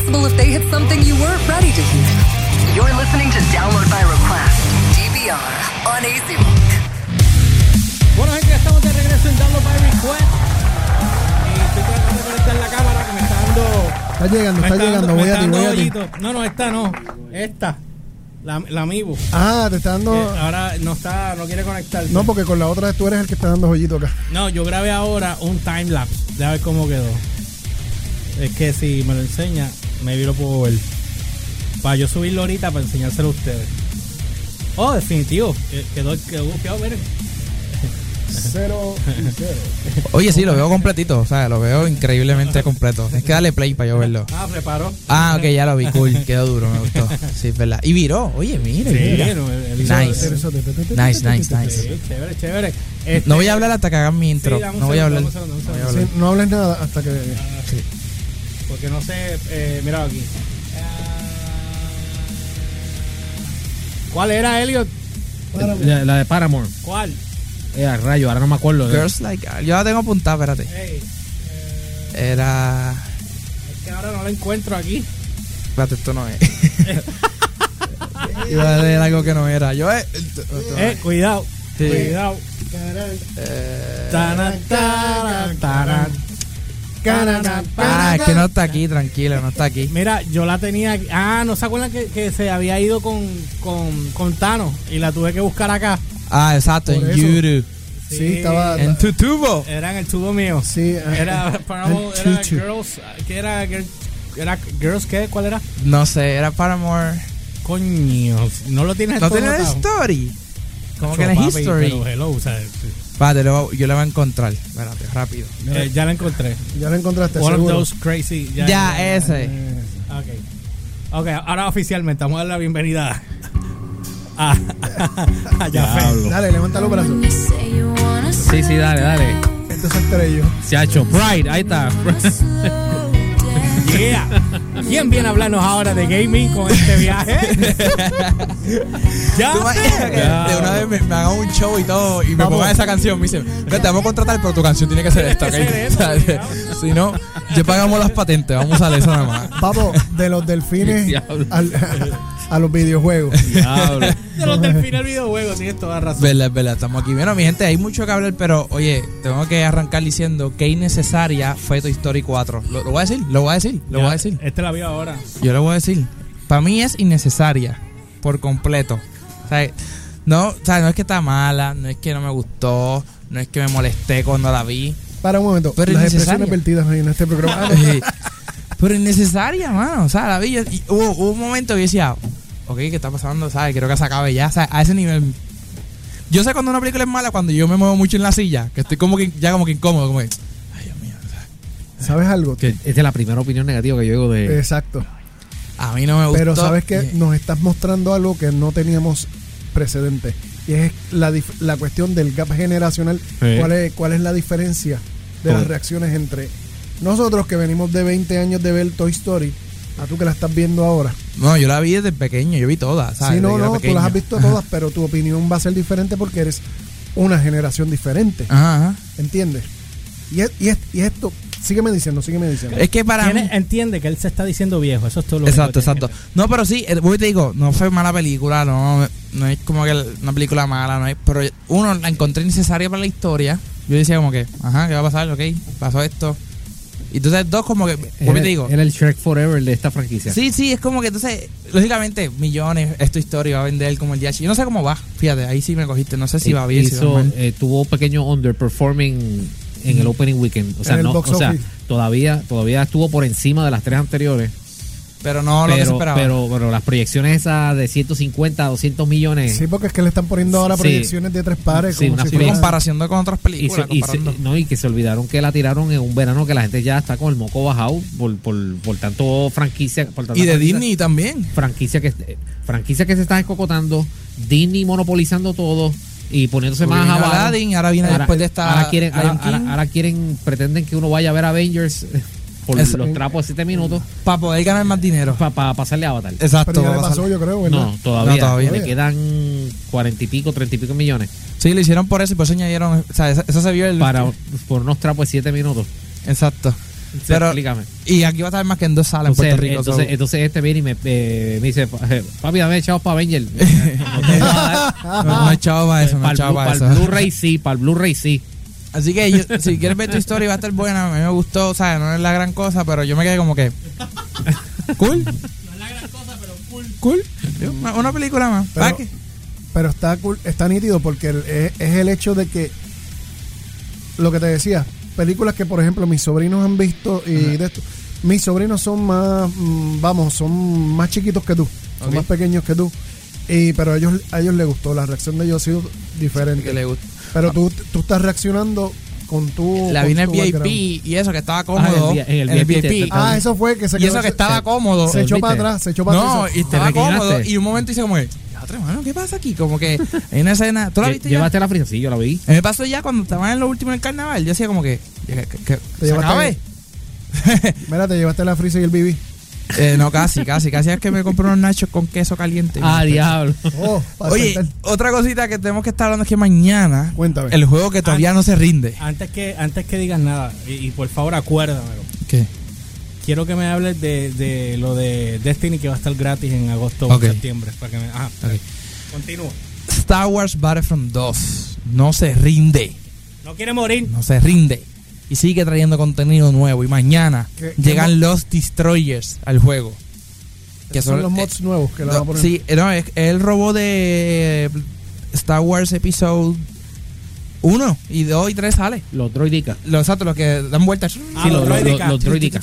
possible if they hit something you weren't ready to hear. You're listening to Download by Request, DVR, on AC Rock. Bueno, gente, ya estamos de regreso en Download by Request. Y estoy tratando de conectar la cámara que me está dando... Está llegando, voy a ti. No, esta no. Esta. La Amiibo. Te está dando... ahora no quiere conectarse. No, porque con la otra tú eres el que está dando joyito acá. No, yo grabé ahora un timelapse. A ver cómo quedó. Es que si me lo enseña, maybe lo puedo ver. Para yo subirlo ahorita para enseñárselo a ustedes. Oh, definitivo. Quedó miren. 0 y 0. Oye, sí, lo veo completito. O sea, lo veo increíblemente completo. Tienes que darle play para yo verlo. Preparó. Ok, ya lo vi. Cool. Quedó duro, me gustó. Sí, es verdad. Y viró. Oye, mira. Nice. Nice. Sí, chévere. No voy a hablar hasta que hagan mi intro. Sí, No voy a hablar. Sí, no hables nada hasta que... Sí. Porque no sé... mira aquí. ¿Cuál era, Elliot? La de Paramore. ¿Cuál? Rayo, ahora no me acuerdo. Girls Like... Yo la tengo apuntada, espérate. Hey, Era... es que ahora no la encuentro aquí. Espérate, esto no es. Iba a leer algo que no era. Cuidado. Sí. Cuidado. Es que no está aquí, tranquilo, no está aquí. Mira, yo la tenía aquí. ¿No se acuerdan que se había ido con Thanos y la tuve que buscar acá? Exacto, Por en eso. YouTube. Sí, estaba... En tu tubo. Era en el tubo mío. Sí. Era Paramore, era Girls. ¿Qué era? ¿Era Girls qué? ¿Cuál era? No sé, era Paramore. Coño, no lo tienes ¿No todo tiene notado? story? ¿Cómo que Papi, en history? pero hello, o sea, Espérate, yo la voy a encontrar. Espérate, rápido. ya la encontré. Ya lo encontraste, One seguro. of those crazy. Ya, ese. Ok, ahora oficialmente vamos a dar la bienvenida a Jafet. Dale, levanta los brazos. Sí, dale. Esto es estrello. Se ha hecho Pride, ahí está. Yeah. ¿Quién viene a hablarnos ahora de gaming con este viaje? ¿Tú imaginas que de una vez me hagan un show y todo y me pongan esa canción? Me dicen, te vamos a contratar, pero tu canción tiene que ser esta, ¿ok? Tiene que ser esa, Si no, ya pagamos las patentes, vamos a usar eso nada más. Papo, de los delfines Diablo. a los videojuegos. Diablo. De los delfines al videojuego, tienes toda razón. Verdad, estamos aquí. Bueno, mi gente, hay mucho que hablar, pero oye, tengo que arrancar diciendo que innecesaria fue Toy Story 4. ¿Lo voy a decir? ¿Lo voy a decir? Este la vio ahora. Yo lo voy a decir. Para mí es innecesaria, por completo. O sea, no es que está mala, no es que no me gustó, no es que me molesté cuando la vi. Para un momento, Pero las innecesaria. expresiones vertidas ahí en este programa. Pero innecesaria, mano. O sea, la vi y hubo un momento que yo decía, ok, ¿qué está pasando? ¿Sabes? Quiero que se acabe ya. O sea, a ese nivel. Yo sé cuando una película es mala cuando yo me muevo mucho en la silla, que estoy como que incómodo, como que, ay, Dios mío. ¿Sabes algo? Que esta es la primera opinión negativa que yo oigo de... Exacto. A mí no me gustó. Pero sabes que nos estás mostrando algo que no teníamos precedente. Y es la cuestión del gap generacional. Sí. ¿Cuál es la diferencia de las reacciones entre nosotros que venimos de 20 años de ver Toy Story a tú que la estás viendo ahora? No, yo la vi desde pequeño, yo vi todas, ¿sabes? Sí, Desde que era tú pequeño. las has visto todas, pero tu opinión va a ser diferente porque eres una generación diferente. Ajá. ¿Entiendes? Y esto, sígueme diciendo. Es que para mí... Entiende que él se está diciendo viejo. Eso es todo lo que Exacto. No, pero sí, voy y te digo, no fue mala película, no es como que una película mala, no es, pero uno la encontré innecesaria para la historia. Yo decía como que, ¿qué va a pasar? Ok, pasó esto. Y entonces dos como que, voy y te digo. Era el Shrek Forever de esta franquicia. Sí, es como que entonces, lógicamente, millones, es tu historia, va a vender como el Yashi. Yo no sé cómo va, fíjate, ahí sí me cogiste, no sé si va bien, si va mal. Tuvo pequeño underperforming en el opening weekend. O sea, En el box office. todavía estuvo por encima de las tres anteriores. Pero no lo que se esperaba. Pero las proyecciones esas de 150, 200 millones. Sí, porque es que le están poniendo ahora Sí. proyecciones de 3 pares. Sí, como una si Sí, fuera- comparación con otras películas. Y que se olvidaron que la tiraron en un verano que la gente ya está con el moco bajado por tanto franquicia. Por tanta Y de franquicia- Disney también. franquicia que se están escocotando, Disney monopolizando todo y poniéndose Porque más vino abajo. Aladdin, ahora viene después de esta ahora pretenden que uno vaya a ver Avengers por Eso. los trapos de 7 minutos para poder ganar más dinero. para pasarle a Avatar. Exacto. Pero ya le para pasó, pasar. yo creo, ¿verdad? No, todavía. No, todavía. Le quedan 40 y pico, 30 y pico millones Sí, lo hicieron por eso y por eso añadieron. O sea, eso se vio por unos trapos de 7 minutos. Exacto. Pero, explícame. y aquí va a estar más que en 2 salas en Puerto Rico. Entonces este viene y me dice, papi, dame chavos para Avenger. No te voy a dar. No hay chavo para eso, no hay chavo para eso. Para el Blu-ray sí, para el Blu-ray sí. Así que si quieres ver tu historia va a estar buena. A mí me gustó, o sea, no es la gran cosa, pero yo me quedé como que... Cool. No es la gran cosa, pero cool. Cool. Una película más. Pero está cool, está nítido porque es el hecho de que lo que te decía, películas que por ejemplo mis sobrinos han visto y de esto, mis sobrinos son más son más chiquitos que tú, son más pequeños que tú, pero a ellos les gustó, la reacción de ellos ha sido diferente. Que le gusta. Pero tú estás reaccionando con tu... La vi en el tu VIP background. y eso que estaba cómodo. En el VIP. Eso fue que se Y eso que estaba cómodo. se echó ¿viste? para atrás, se echó para No, atrás. y estaba reclinaste. cómodo. Y un momento hice como que, hermano, ¿qué pasa aquí? Como que hay una escena. ¿Tú la viste ya? ¿Llevaste la frisa? Sí, yo la vi. Me pasó ya cuando estaban en lo último del carnaval. Yo decía como que Te ¿se llevaste- acabe? Mira, te llevaste la frisa y el BB. No, casi es que me compré unos nachos con queso caliente. Diablo. Oh, para Oye, saltar. otra cosita que tenemos que estar hablando es que mañana Cuéntame. el juego que todavía no se rinde. Antes que digas nada, y por favor acuérdamelo. ¿Qué? Quiero que me hables de lo de Destiny que va a estar gratis en agosto o Ok. septiembre. Para que me, continúa. Star Wars Battlefront 2 no se rinde. No quiere morir. No se rinde. Y sigue trayendo contenido nuevo. Y mañana ¿Qué llegan los Destroyers al juego. Esos son los mods nuevos que le van a poner. Sí, no, es el robot de Star Wars Episode 1 y 2 y 3 sale. Los droidicas. Los exacto, los que dan vueltas. Sí, los droidicas.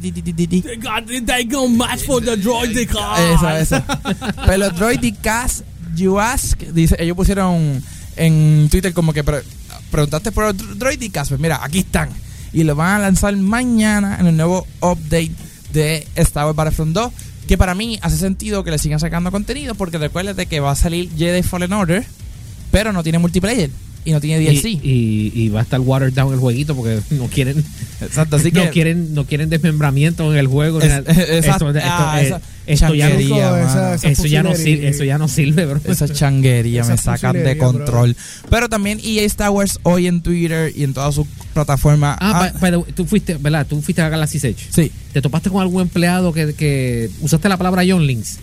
They go match for the droidicas. Eso. Pero los droidicas, you ask, dice, ellos pusieron en Twitter como que preguntaste por los droidicas, pues mira, aquí están. Y lo van a lanzar mañana en el nuevo update de Star Wars Battlefront 2. Que para mí hace sentido que le sigan sacando contenido, porque recuérdate que va a salir Jedi Fallen Order, pero no tiene multiplayer y no tiene DLC. Y va a estar watered down el jueguito porque no quieren Exacto, así que no quieren desmembramiento en el juego. exacto. Esto ya no changuería, mano. eso ya no sirve, bro. Esa changuería Esa me sacan de fusilería, control. Pero también EA Star Wars hoy en Twitter y en todas sus plataformas. Pero tú fuiste, ¿verdad? Tú fuiste a Galaxy's Edge. Sí. ¿Te topaste con algún empleado que usaste la palabra younglings?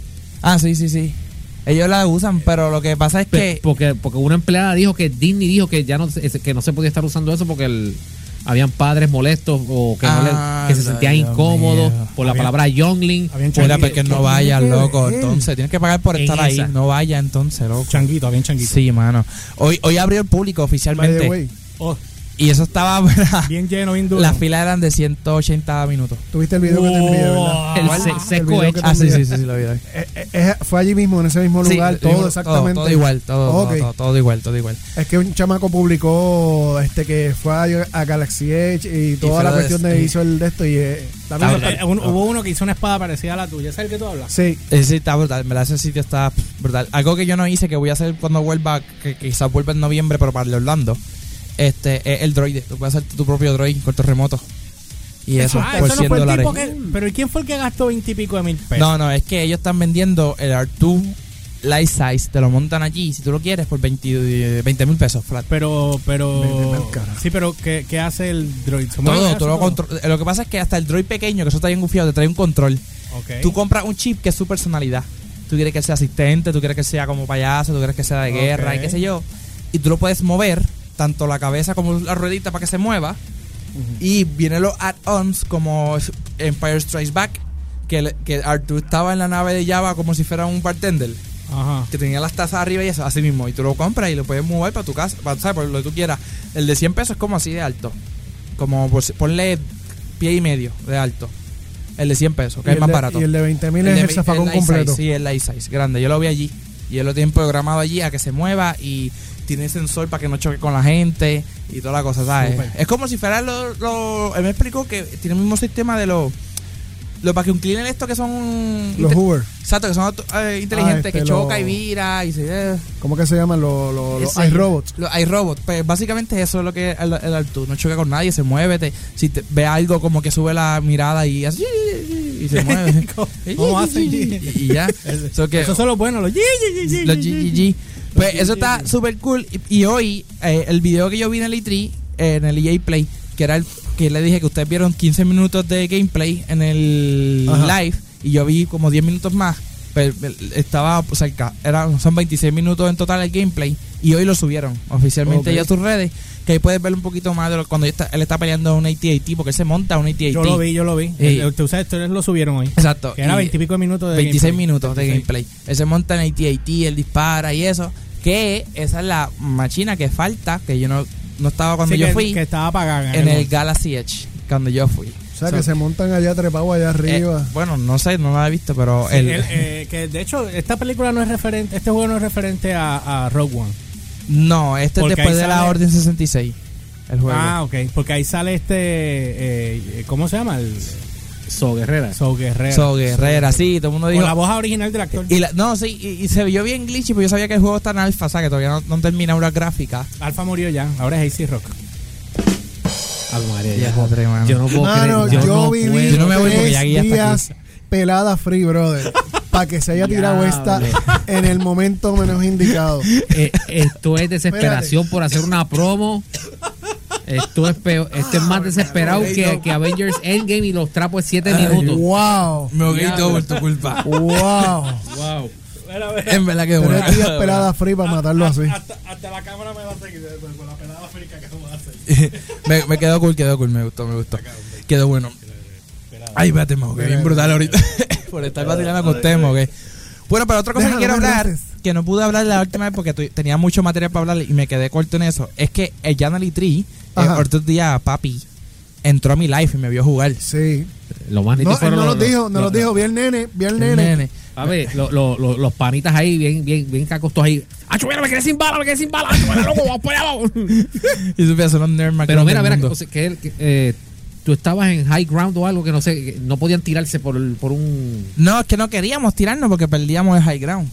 Sí. Ellos la usan, pero lo que pasa es que Porque una empleada dijo que Disney dijo que ya que no se podía estar usando eso porque habían padres molestos o que se sentían Dios incómodos mío. por la palabra youngling. Habían Mira, changuito. porque no vayas, loco. ver? Entonces, tienes que pagar por En estar ahí. esa. No vaya entonces, loco. Changuito, bien changuito. Sí, mano. Hoy abrió el público By the oficialmente. way, Oh, Y eso estaba. bien lleno, bien duro. Las filas eran de 180 minutos. tuviste el video que te envié, ¿verdad? El ¿Cuál? seco video Edge. que te envié. Sí, lo vi. Fue allí mismo, en ese mismo lugar, Sí, todo exactamente. Todo igual, Ok. todo igual. Es que un chamaco publicó que fue a Galaxy Edge y toda fue la de- cuestión de hizo el de esto y la misma brutal. Hubo uno que hizo una espada parecida a la tuya. ¿Es el que tú hablas? Sí, Sí, está brutal. En verdad, ese sitio está brutal. Algo que yo no hice, que voy a hacer cuando vuelva, que quizás vuelva en noviembre, pero para el de Orlando, es el droide. Tú puedes hacer tu propio droid en control remoto. Y eso, por eso no fue el $100. tipo que... Pero ¿y quién fue el que gastó 20 y pico de mil pesos? No, es que ellos están vendiendo el R2 Life Size. Te lo montan allí, si tú lo quieres, por 20 mil pesos flat. Pero... Venden al carajo. Sí, pero ¿qué hace el droid? ¿Se mueve? Todo, ¿Hace tú lo que pasa es que hasta el droid pequeño, que eso está bien gufiado, te trae un control. Ok. Tú compras un chip que es su personalidad. Tú quieres que sea asistente, tú quieres que sea como payaso, tú quieres que sea de guerra Ok. y qué sé yo. Y tú lo puedes mover, tanto la cabeza como la ruedita para que se mueva. Y vienen los add-ons como Empire Strikes Back, que Artu estaba en la nave de Java como si fuera un bartender, Ajá. que tenía las tazas arriba y eso, así mismo. Y tú lo compras y lo puedes mover para tu casa, ¿sabes? Por lo que tú quieras. El de 100 pesos es como así de alto. Como ponle pie y medio de alto. El de 100 pesos, que Y es el más de- barato. y el de 20,000 es el zafacón life completo. size, sí, el life size, grande. Yo lo vi allí. Y ellos lo tienen programado allí a que se mueva y tiene sensor para que no choque con la gente y toda la cosa, ¿sabes? Súper. Es como si fuera él me explicó que tiene el mismo sistema de los vacuum cleaner estos que son... los Hoover. Exacto, que son inteligentes, que choca y los- vira y se... ¿Cómo que se llaman? Los Ese- iRobots. Los iRobots. Pues básicamente eso es lo que es el Artu. No choca con nadie, se mueve. Si te ve algo como que sube la mirada y así y se mueve. ¿Cómo hacen? Y ya. Esos son los buenos, los Los GGG. Pues eso está súper cool. Y hoy, el video que yo vi en el E3, en el EA Play, que era el que le dije que ustedes vieron 15 minutos de gameplay en el Ajá. live y yo vi como 10 minutos más. Pero estaba cerca. Son 26 minutos en total el gameplay y hoy lo subieron oficialmente Ok. ya a tus redes. Que ahí puedes ver un poquito más de cuando él está peleando un AT-AT, porque él se monta un AT-AT. Yo lo vi. Sí. Ustedes lo subieron hoy. Exacto. Que era Y 20 y pico de minutos de 26 gameplay. minutos de 26. gameplay. Él se monta en AT-AT, él dispara y eso. Que esa es la machina que falta, que yo no estaba cuando Sí, yo que- fui, que estaba apagada en el Galaxy Edge, cuando yo fui. O sea, que se montan allá trepados allá arriba. Bueno, no sé, no lo he visto, pero Sí, que de hecho, esta película no es referente, este juego no es referente a Rogue One. no, este es Porque después ahí de la sale- Orden 66, el juego. Ah, ok. Porque ahí sale ¿cómo se llama? El So Guerrera. So Guerrero. So Guerrera, sí, todo el mundo dijo. Con la voz original del actor. No, sí, y se vio bien glitchy, pero yo sabía que el juego está en alfa, o sea, que todavía no termina una gráfica. Alpha murió ya, ahora es AC Rock. Ave María, Ya, ya. padre, mano. Yo no puedo Mano, creer. yo viví Yo no me voy porque 3 ya guía está días pelada free, brother. Para que se haya tirado esta Diable. en el momento menos indicado. Esto es desesperación por hacer una promo. Esto es peor. Esto es más desesperado que Avengers Endgame y los trapos de 7 minutos. Wow. Me ahogué todo por tu culpa. Wow. Wow. En verdad que bueno. 3 días pelada free para matarlo así. Hasta la cámara me va a seguir con la pelada frica que vamos a hacer. me quedó cool, me gustó. Quedó bueno. Ay, espérate, me ahogué bien brutal ahorita. Por estar vacilando con ustedes, me ahogué. Bueno, pero otra cosa que Déjalo, quiero no hablar, gracias. que no pude hablar la última vez porque tenía mucho material para hablar y me quedé corto en eso, es que el Janely Tree, Ajá. otro día, papi, entró a mi live y me vio jugar. Sí. Lo más No, nítido él fueron no los- nos dijo, no los- nos dijo. Vi el nene. El nene. A ver, los panitas ahí, bien cacostos ahí. ¡Acho, mira, me quedé sin bala! ¡Acho, mira, loco, vamos para allá, vamos! Y supe hacer un nerd más Pero grande mira, del mundo. o sea, tú estabas en high ground o algo que no sé, que no podían tirarse por un... No, es que no queríamos tirarnos porque perdíamos el high ground.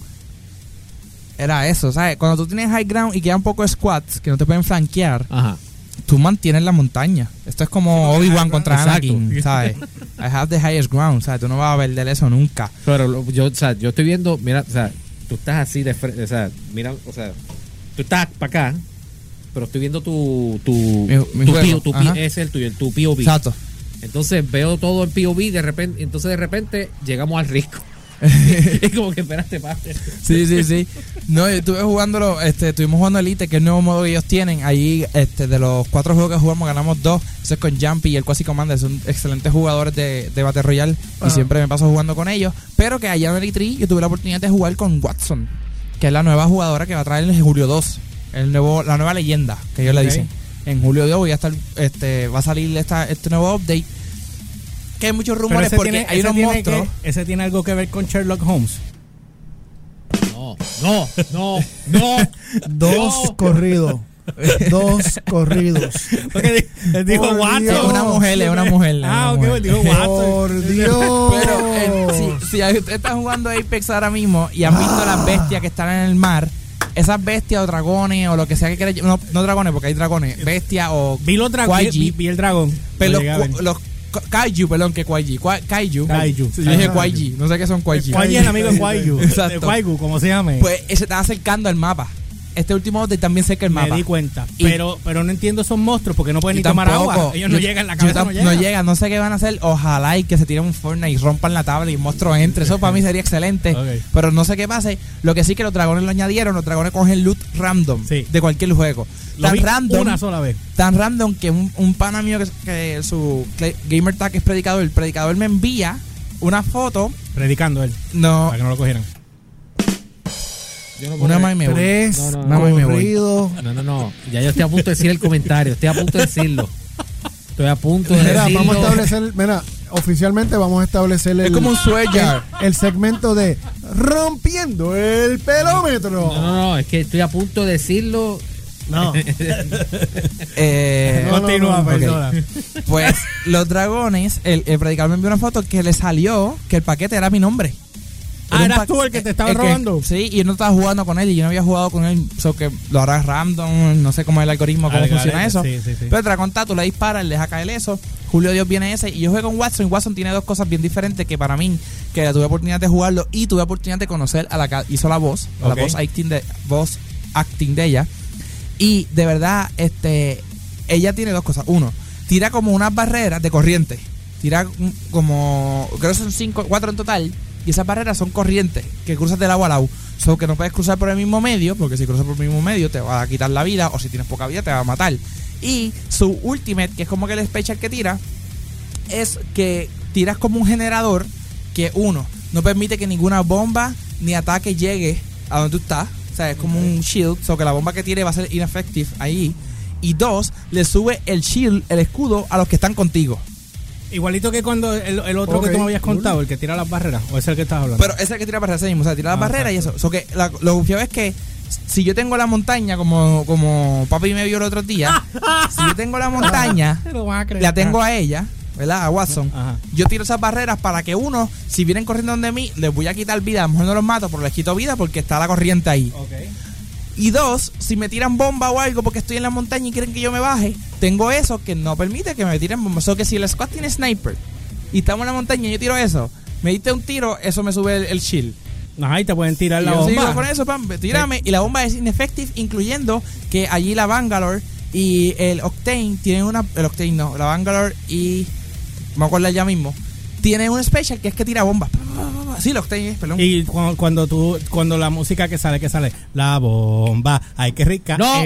Era eso, ¿sabes? Cuando tú tienes high ground y queda un poco de squats que no te pueden flanquear, Ajá. tú mantienes la montaña. Esto es como Obi-Wan contra Exacto. Anakin, ¿sabes? I have the highest ground, ¿sabes? Tú no vas a perder eso nunca. Pero yo estoy viendo, mira, o sea, tú estás así de frente, o sea, mira, o sea, tú estás para acá, pero estoy viendo tu Mi juego, ajá. ese es el tuyo, tu POV. Exacto. Entonces veo todo en POV, de repente llegamos al risco. Es como que esperaste, pase. Sí. No, yo estuve jugándolo, estuvimos jugando Elite, que es el nuevo modo que ellos tienen. Ahí, de los 4 juegos que jugamos, ganamos 2. Eso es con Jumpy y el Quasi Commander. Son excelentes jugadores de Battle Royale. Y siempre me paso jugando con ellos. Pero que allá en Elite 3 yo tuve la oportunidad de jugar con Watson, que es la nueva jugadora que va a traer en julio 2. La nueva leyenda, que ellos le Ok. dicen. En julio 2 voy a estar, va a salir este nuevo update. Que hay muchos Pero rumores ese porque tiene, hay ese unos tiene monstruos. ese tiene algo que ver con Sherlock Holmes. No. 2 corridos. 2 corridos. Porque él dijo Por Watson. Dios. Es una mujer. Ah, una ok, mujer. dijo Watson. Por Dios. Pero si usted está jugando Apex ahora mismo y han visto las bestias que están en el mar, esas bestias o dragones o lo que sea que quieras, no dragones porque hay dragones, bestias o Vi los dragones. Kwaiji, Vi el dragón. pero Lo llegué a ver. los kaiju, perdón, que Kwaiji, Kaiju. Kaiju. Sí, yo dije Ajá. Kwaiji, no sé qué son Kwaiji. Kwaiji es el amigo de Kwaiju. Exacto. De Kwaiju, como se llame. Pues se está acercando al mapa. Este último update también cerca el me mapa. di cuenta. Y- Pero no entiendo esos monstruos porque no pueden Yo ni tomar tampoco. agua. Ellos no Yo- llegan, la yo cabeza tam- no llega. No llegan, no sé qué van a hacer. Ojalá y que se tiren un Fortnite y rompan la tabla y el monstruo entre. Eso para mí sería excelente. Ok. Pero no sé qué pase. Lo que sí que los dragones lo añadieron. Los dragones cogen loot random Sí. de cualquier juego. Lo vi Random. una sola vez. Tan random que un pana mío que su gamer tag es predicador. El predicador me envía una foto. Predicando él. No, Para que no lo cogieran. una más y me voy. 3 No, me voy. corridos. No. Ya yo estoy a punto de decir el comentario. Estoy a punto de decirlo. Estoy a punto de Mira, decirlo. vamos a establecer, oficialmente vamos a establecer Es como un swear jar. el segmento de Rompiendo el Pelómetro. No, es que estoy a punto de decirlo. No. Continúa, no, ok. perdona. Pues los dragones, el predicador me envió una foto que le salió que el paquete era mi nombre. Ah, Era un ¿eras pa- tú el que te estaba el robando? Sí, y yo no estaba jugando con él y yo no había jugado con él. So que lo harás random, no sé cómo es el algoritmo, cómo funciona eso. Sí. Pero el dragón tú le disparas, le deja caer eso. Julio Dios viene ese. Y yo juego con Watson. Y Watson tiene 2 cosas bien diferentes que para mí, que tuve oportunidad de jugarlo y tuve oportunidad de conocer a la que hizo la voz, a Ok. la voz acting de ella. Y de verdad, ella tiene 2 cosas. Uno, tira como unas barreras de corriente. Tira como, creo que son 4 en total. Y esas barreras son corrientes que cruzas del agua al agua. So que no puedes cruzar por el mismo medio, porque si cruzas por el mismo medio te va a quitar la vida, o si tienes poca vida te va a matar. Y su ultimate, que es como que el special que tira, es que tiras como un generador que, uno, no permite que ninguna bomba ni ataque llegue a donde tú estás. O sea, es como un shield, so que la bomba que tire va a ser ineffective ahí. Y 2, le sube el shield, el escudo, a los que están contigo. Igualito que cuando el otro que tú me habías contado, el que tira las barreras, o es el que estás hablando. Pero ese es el que tira barreras, ese mismo, o sea, tira las barreras y eso. So que lo confiado es que si yo tengo la montaña, como papi me vio el otro día, si yo tengo la montaña, la tengo a ella, ¿verdad? A Watson. Ajá. Yo tiro esas barreras para que uno, si vienen corriendo donde mí, les voy a quitar vida. A lo mejor no los mato, pero les quito vida porque está la corriente ahí. Okay. Y 2, si me tiran bomba o algo porque estoy en la montaña y quieren que yo me baje, tengo eso que no permite que me tiren bomba. O sea, que si el squad tiene sniper y estamos en la montaña y yo tiro eso, me diste un tiro, eso me sube el shield. Ajá, y te pueden tirar la bomba. Sigo con eso, pam, tírame. Sí. Y la bomba es ineffective, incluyendo que allí la Bangalore y el Octane tienen una... El Octane no, la Bangalore y... me acuerdo ya mismo. Tiene un special que es que tira bombas. Sí, el Octane es, perdón. Y cuando la música que sale, la bomba, ay, qué rica. No.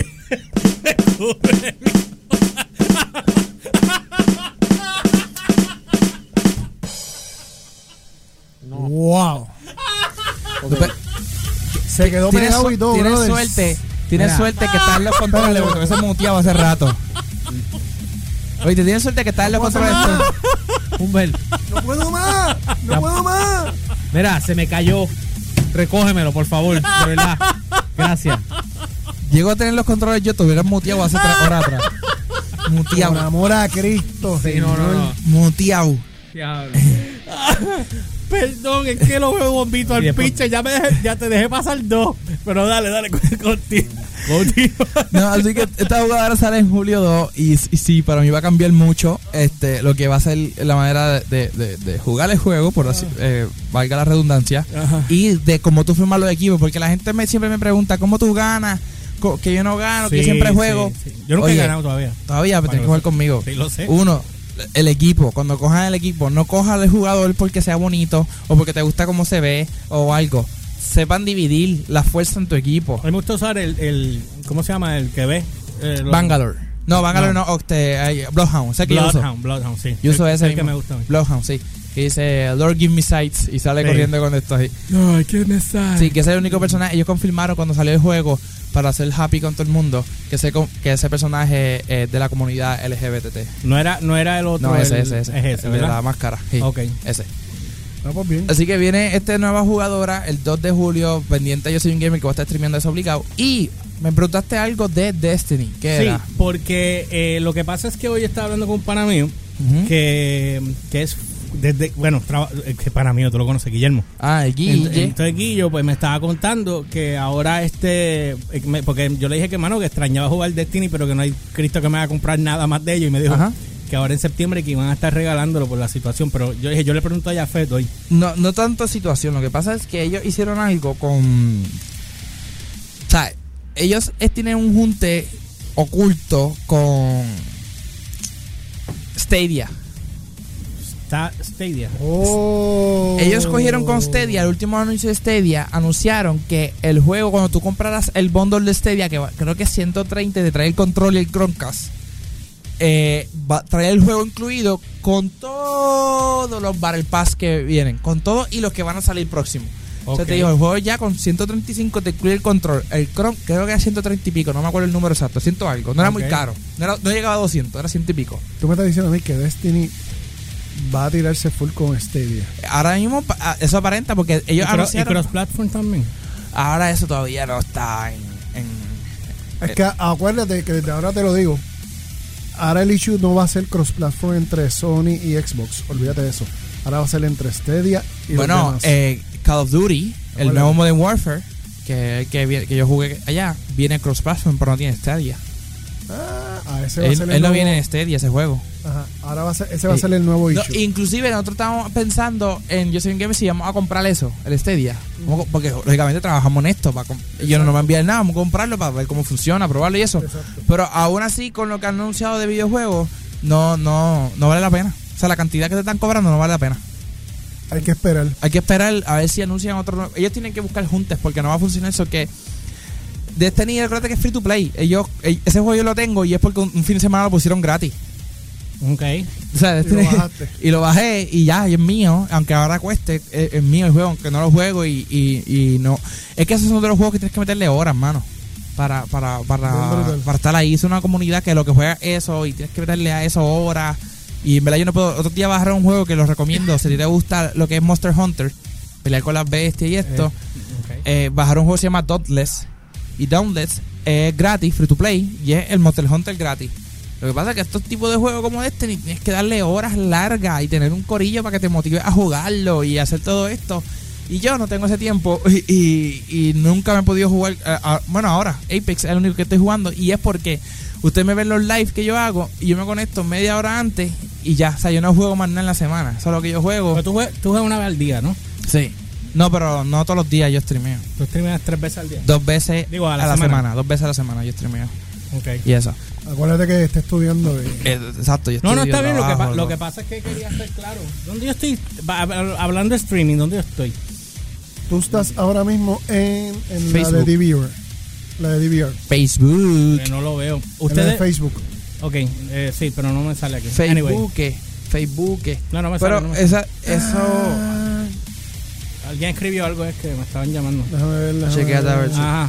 Wow. Okay. Se quedó pegado y todo. Tienes suerte. Tienes suerte que está en los controles, porque me he muteado hace rato. Oye, tienes suerte que está en los controles. Humber. No puedo más. No puedo más. Mira, se me cayó. Recógemelo, por favor. De verdad. Gracias. Llego a tener los controles yo, te hubieras muteado hace 3 horas atrás. Muteado. Por amor a Cristo. Sí, no. Muteado. Perdón, es que lo veo bombito al pinche. Ya te dejé pasar 2. Pero dale, contigo. No, así que esta jugadora sale en julio 2 y sí, para mí va a cambiar mucho lo que va a ser la manera de jugar el juego, por así, valga la redundancia. Ajá. Y de cómo tú formas los equipos, porque la gente siempre me pregunta ¿cómo tú ganas? Que yo no gano, que siempre juego. Sí. Yo nunca he ganado todavía. Pero tienes que jugar conmigo. Sí, lo sé. Uno, el equipo, cuando cojan el equipo, no cojan el jugador porque sea bonito o porque te gusta cómo se ve o algo. Sepan dividir la fuerza en tu equipo. A mí me gusta usar el ¿cómo se llama? El que ve. Bangalore. No, Bangalore no. Bloodhound. Sé que Bloodhound, sí. Yo uso ese que me gusta. Bloodhound, sí. Que dice Lord give me sights y sale corriendo con esto ahí. Lord give me sights. Sí, que ese es el único personaje. Ellos confirmaron cuando salió el juego para hacer happy con todo el mundo que ese personaje es de la comunidad LGBT. No era el otro. No, ese. Es ese, el de la máscara. Sí, okay. Ese. Pues bien. Así que viene esta nueva jugadora el 2 de julio, pendiente. Yo soy un gamer que va a estar streameando eso obligado. Y me preguntaste algo de Destiny. ¿Qué era? Sí, porque lo que pasa es que hoy estaba hablando con un pana mío que es que pana mío, tú lo conoces, Guillermo. Ah, el Guille. Entonces Guillo pues me estaba contando que ahora porque yo le dije que extrañaba jugar Destiny, pero que no hay Cristo que me haga comprar nada más de ello, y me dijo que ahora en septiembre que iban a estar regalándolo por la situación, pero yo dije, yo le pregunto a Jafet hoy. No tanto situación, lo que pasa es que ellos hicieron algo con... O sea, ellos tienen un junte oculto con Stadia. Stadia. Oh. Ellos cogieron con Stadia, el último anuncio de Stadia, anunciaron que el juego, cuando tú compraras el bundle de Stadia, que creo que es 130, te trae el control y el Chromecast, trae el juego incluido con todos los Battle Pass que vienen, con todo y los que van a salir próximos. Okay. O sea, te digo, el juego ya con 135 te incluye el control. El Chrome creo que era 130 y pico, no me acuerdo el número exacto, 100 algo. No era muy caro, no llegaba a 200, era 100 y pico. Tú me estás diciendo a mí que Destiny va a tirarse full con Stadia. Ahora mismo eso aparenta porque ellos anunciaron... ¿Y cross-platform también? Ahora eso todavía no está Es que acuérdate que desde ahora te lo digo. Ahora el issue no va a ser cross-platform entre Sony y Xbox. Olvídate de eso. Ahora va a ser entre Stadia y los demás. Call of Duty, el nuevo Modern Warfare, que yo jugué allá, viene cross-platform, pero no tiene Stadia. Ese va a ser él no viene en Stadia, ese juego. Ajá. Ahora ese va a ser el nuevo issue. Inclusive nosotros estábamos pensando en Yo Soy un Gamer si íbamos a comprar eso, el Stadia. Porque lógicamente trabajamos en esto. Yo no me envían nada, vamos a comprarlo para ver cómo funciona, probarlo y eso. Exacto. Pero aún así, con lo que han anunciado de videojuegos, no vale la pena. O sea, la cantidad que te están cobrando no vale la pena. Hay que esperar. Hay que esperar a ver si anuncian otro. Ellos tienen que buscar juntes porque no va a funcionar eso que Destiny, acuérdate que es free to play. Ese juego yo lo tengo y es porque un fin de semana lo pusieron gratis. Ok. O sea, Destiny, Y lo bajaste. y lo bajé y ya, y es mío. Aunque ahora cueste, es mío el juego, aunque no lo juego y no. Es que esos son de los juegos que tienes que meterle horas, mano. Para estar ahí. Es una comunidad que lo que juega es eso y tienes que meterle a eso horas. Y en verdad yo no puedo. Otro día bajar un juego que lo recomiendo. Si te gusta lo que es Monster Hunter, pelear con las bestias y esto, bajar un juego que se llama Dauntless. Y Dauntless es gratis, free to play, y es el Monster Hunter gratis. Lo que pasa es que estos tipos de juegos como este tienes que darle horas largas y tener un corillo para que te motive a jugarlo y hacer todo esto. Y yo no tengo ese tiempo y nunca me he podido jugar. Bueno, ahora Apex es el único que estoy jugando y es porque ustedes me ven los live que yo hago y yo me conecto media hora antes y ya. O sea, yo no juego más nada en la semana. Eso es lo que yo juego. Pero tú juegas una vez al día, ¿no? Sí. No, pero no todos los días yo streameo. Tú streameas 3 veces al día. 2 veces Digo, a la semana. 2 veces a la semana yo streameo. Ok. Y eso. Acuérdate que está estudiando. Exacto. Yo No, está bien. trabajo, Lo que pasa es que quería hacer claro. ¿Dónde yo estoy? Hablando de streaming, ¿dónde yo estoy? Tú estás ahora mismo en la Facebook. de DVR. La de DVR. Facebook. Que no lo veo. En la de Ustedes. Facebook. Ok, sí, pero no me sale aquí. Facebook. Anyway. Facebook. No me Pero sale. No me sale. eso. Alguien escribió algo, es que me estaban llamando. Déjame ver. Chequéate a ver si- Ajá.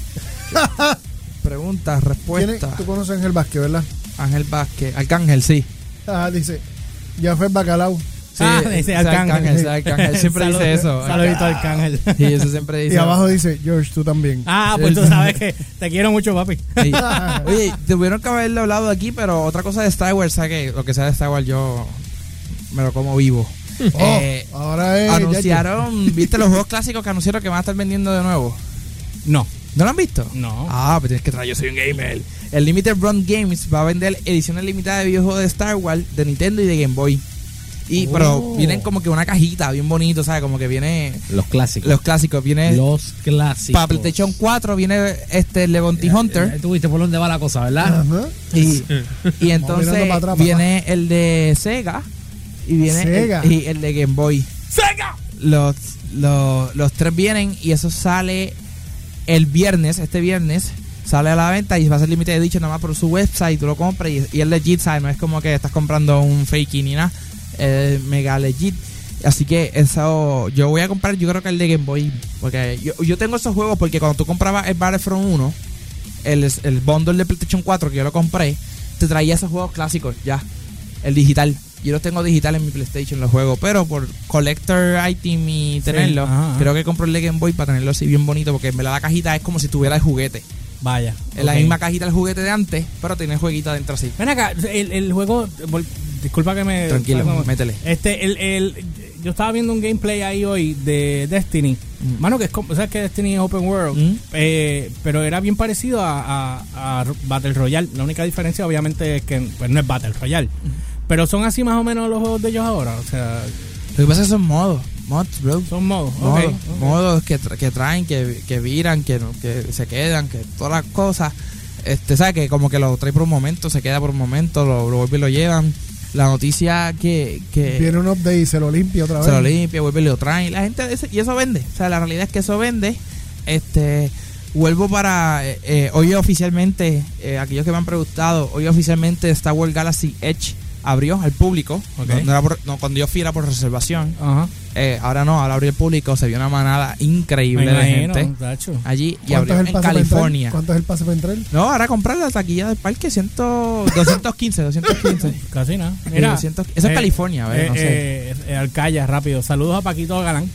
Preguntas, ¿Quién es? respuestas. Tú conoces a Ángel Vázquez, ¿verdad? Ángel Vázquez. Arcángel, sí. Dice, ya fue Bacalao. Sí, Dice Arcángel. Arcángel. Siempre dice eso. Saludito al Arcángel. Sí, eso siempre dice. Y abajo dice, George, tú también. Pues tú sabes que te quiero mucho, papi. Sí. Oye, tuvieron que haberlo hablado aquí, pero otra cosa de Star Wars, ¿sabes qué? Lo que sea de Star Wars yo me lo como vivo. Ahora es... Anunciaron, ¿viste los juegos clásicos que anunciaron que van a estar vendiendo de nuevo? No. ¿No lo han visto? No. Pues tienes que traer, yo soy un gamer. El Limited Run Games va a vender ediciones limitadas de videojuegos de Star Wars, de Nintendo y de Game Boy. Pero vienen como que una cajita bien bonito, ¿sabes? Como que viene... Los clásicos. Los clásicos. Viene... Los clásicos. Para PlayStation 4 viene Levante Hunter. Tú viste por dónde va la cosa, ¿verdad? Ajá. Y entonces mirando para atrás, viene el de Sega y viene Sega. el de Game Boy. ¡Sega! Los 3 vienen y eso sale el viernes, este viernes. Sale a la venta y va a ser limited edition nada más por su website. Tú lo compras y es legit, ¿sabes? No es como que estás comprando un fake ni nada. Mega legit. Así que eso yo voy a comprar, yo creo que el de Game Boy, porque yo tengo esos juegos porque cuando tú comprabas el Battlefront 1, el bundle de PlayStation 4 que yo lo compré, te traía esos juegos clásicos ya, el digital. Yo los tengo digital en mi PlayStation, los juegos, pero por collector item y tenerlo, ajá. creo que compro el de Game Boy para tenerlo así bien bonito, porque en verdad la cajita es como si tuviera el juguete. Vaya. Es la misma cajita del juguete de antes, pero tiene el jueguito adentro así. Ven acá, el juego. Disculpa que me. Tranquilo, métele. Yo estaba viendo un gameplay ahí hoy de Destiny. Mano, que es como. ¿Sabes que Destiny es open world? Pero era bien parecido a Battle Royale. La única diferencia, obviamente, es que pues, no es Battle Royale. Pero son así más o menos los juegos de ellos ahora. O sea. Lo que pasa es que son mods, bro. Son modos. Modos que traen, que viran, que se quedan, que todas las cosas. ¿Sabes? Que como que lo trae por un momento, se queda por un momento, lo vuelve y lo llevan. La noticia que Viene un update y se lo limpia otra vez. se lo limpia, vuelve y lo traen. La gente y eso vende. O sea, la realidad es que eso vende. Vuelvo para hoy oficialmente, aquellos que me han preguntado, hoy oficialmente Star Wars Galaxy Edge abrió al público. Okay. No era cuando yo fui era por reservación. Ajá. Ahora no, ahora abrió el público, se vio una manada increíble Me de imagino, gente tacho. allí y ¿Cuánto abrió es el en pase para California. entrar? ¿Cuánto es el pase para entrar? No, ahora comprar la taquilla del parque 215. Casi nada. Mira, eso es California, a ver, no sé. Alcaya, rápido. Saludos a Paquito Galán.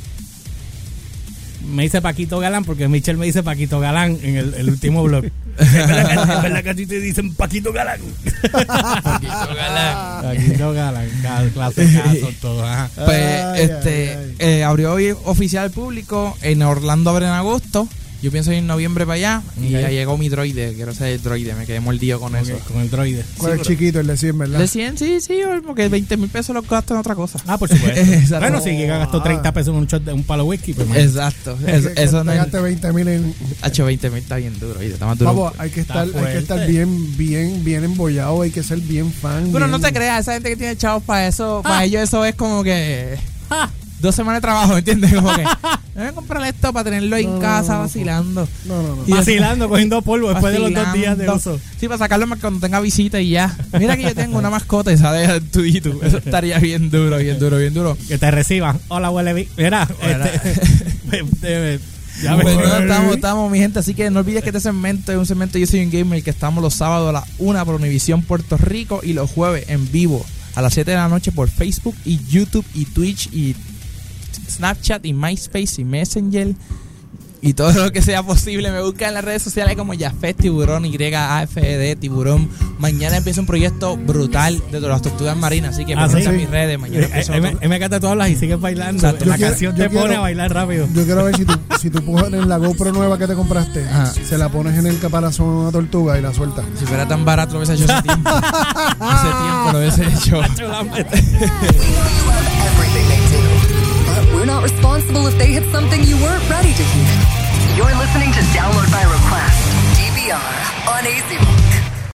Me dice Paquito Galán porque Michelle me dice Paquito Galán en el último blog. Es verdad que a ti te dicen Paquito Galán. Paquito Galán. Paquito Galán. Clase, caso, todo. Ajá. Pues abrió hoy oficial al público. En Orlando abre en agosto. Yo pienso ir en noviembre para allá y Ok. ya llegó mi droide. Quiero ser el droide, me quedé mordido con eso. Con el droide. ¿Cuál es el chiquito, el de 100, verdad? De 100, sí, porque 20,000 pesos los gasto en otra cosa. Ah, por supuesto. Exacto. Bueno, si que gastó 30 pesos en un shot de un palo whisky, pues Exacto. Eso no es. Pegaste 20,000 en... H 20,000 está bien duro, ¿viste? Está más duro. Vamos, hay que estar fuerte. bien embollado, hay que ser bien fan. Pero bien- no te creas, esa gente que tiene chavos para eso, para ellos eso es como que 2 semanas de trabajo, ¿me entiendes? Como que déjame comprar esto para tenerlo ahí en casa vacilando. No. Y vacilando, cogiendo polvo después de los 2 días de Vacilando. uso. Sí, para sacarlo más cuando tenga visita y ya. Mira que yo tengo una mascota y sale tu y tú. Eso estaría bien duro, bien duro, bien duro. Que te reciban. Hola, huele. Mira, ya me Pues no, estamos, mi gente. Así que no olvides que este segmento es un segmento de Yo Soy un Gamer, que estamos los sábados a las 1 por Univisión Puerto Rico y los jueves en vivo a las 7 de la noche por Facebook y YouTube y Twitch y Snapchat y MySpace y Messenger y todo lo que sea posible. Me buscan en las redes sociales como Yafet Tiburón, YAFED Tiburón. Mañana empieza un proyecto brutal de las tortugas marinas, así que pendiente a mis redes. Mañana empieza otro. Me encanta, tú hablas y sigues bailando. Exacto. La Yo canción quiero- te pone a bailar rápido. Yo quiero ver si tú pones la GoPro nueva que te compraste, Ajá. se la pones en el caparazón a una tortuga y la sueltas. Si fuera tan barato lo hubiese hecho hace tiempo. Hace tiempo lo hubiese hecho. We know you love everything they do, but we're not responsible if they hit something you weren't ready to hear. You're listening to Download by Request